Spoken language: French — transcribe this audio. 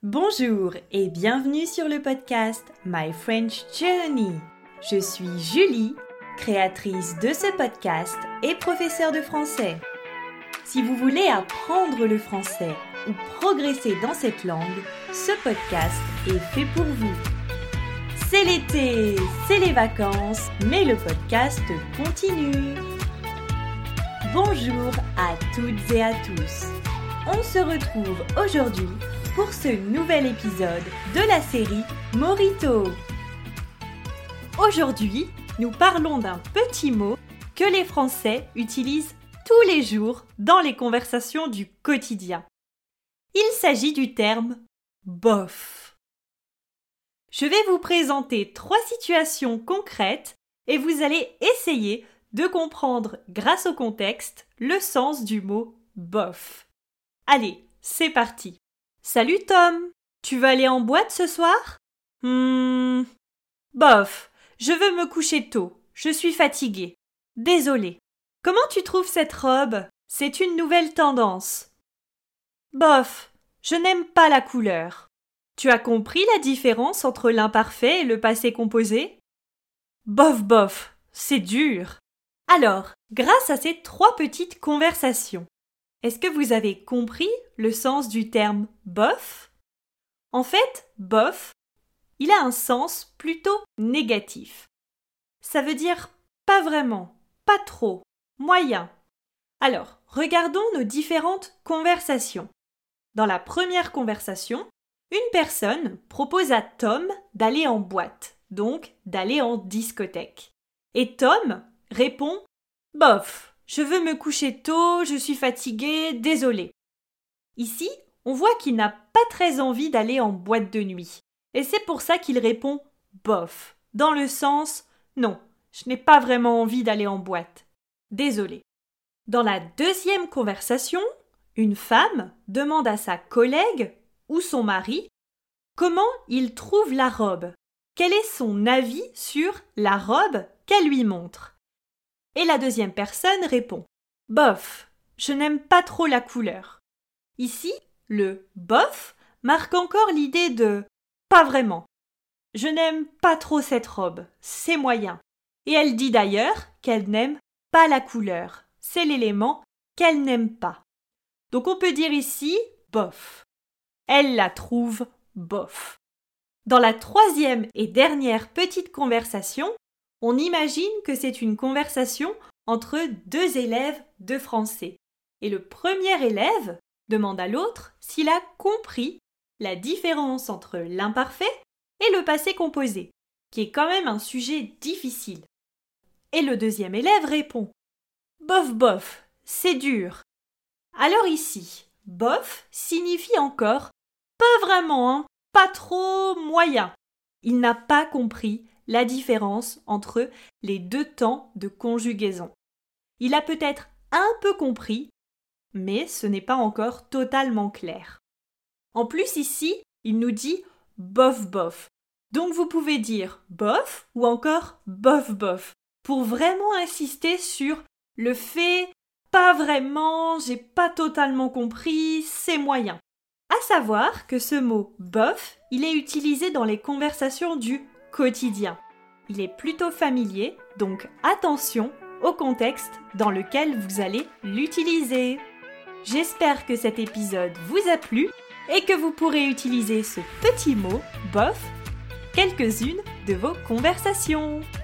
Bonjour et bienvenue sur le podcast My French Journey. Je suis Julie, créatrice de ce podcast et professeure de français. Si vous voulez apprendre le français ou progresser dans cette langue, ce podcast est fait pour vous. C'est l'été, c'est les vacances, mais le podcast continue. Bonjour à toutes et à tous. On se retrouve aujourd'hui pour ce nouvel épisode de la série Morito. Aujourd'hui, nous parlons d'un petit mot que les Français utilisent tous les jours dans les conversations du quotidien. Il s'agit du terme « bof ». Je vais vous présenter 3 situations concrètes et vous allez essayer de comprendre, grâce au contexte, le sens du mot « bof ». Allez, c'est parti. Salut Tom, tu vas aller en boîte ce soir ? Bof, je veux me coucher tôt, je suis fatiguée. Désolée. Comment tu trouves cette robe ? C'est une nouvelle tendance. Bof, je n'aime pas la couleur. Tu as compris la différence entre l'imparfait et le passé composé ? Bof, bof, c'est dur. Alors, grâce à ces 3 petites conversations, est-ce que vous avez compris le sens du terme « bof » ? En fait, « bof », il a un sens plutôt négatif. Ça veut dire « pas vraiment »,« pas trop »,« moyen ». Alors, regardons nos différentes conversations. Dans la première conversation, une personne propose à Tom d'aller en boîte, donc d'aller en discothèque. Et Tom répond « bof ». Je veux me coucher tôt, je suis fatigué, désolé. Ici, on voit qu'il n'a pas très envie d'aller en boîte de nuit. Et c'est pour ça qu'il répond « bof », dans le sens « non, je n'ai pas vraiment envie d'aller en boîte. Désolé ». Dans la deuxième conversation, une femme demande à sa collègue ou son mari comment il trouve la robe. Quel est son avis sur la robe qu'elle lui montre ? Et la deuxième personne répond « bof, je n'aime pas trop la couleur ». Ici, le « bof » marque encore l'idée de « pas vraiment ». Je n'aime pas trop cette robe, c'est moyen. Et elle dit d'ailleurs qu'elle n'aime pas la couleur. C'est l'élément qu'elle n'aime pas. Donc on peut dire ici « bof ». Elle la trouve bof. Dans la 3e et dernière petite conversation, on imagine que c'est une conversation entre 2 élèves de français. Et le premier élève demande à l'autre s'il a compris la différence entre l'imparfait et le passé composé, qui est quand même un sujet difficile. Et le deuxième élève répond « bof bof, c'est dur ». Alors ici, bof signifie encore « pas vraiment, hein, pas trop, moyen ». Il n'a pas compris la différence entre les 2 temps de conjugaison. Il a peut-être un peu compris, mais ce n'est pas encore totalement clair. En plus ici, il nous dit « bof bof ». Donc vous pouvez dire « bof » ou encore « bof bof » pour vraiment insister sur le fait « pas vraiment, j'ai pas totalement compris, c'est moyen ». À savoir que ce mot « bof », il est utilisé dans les conversations du quotidien. Il est plutôt familier, donc attention au contexte dans lequel vous allez l'utiliser. J'espère que cet épisode vous a plu et que vous pourrez utiliser ce petit mot « bof » quelques-unes de vos conversations.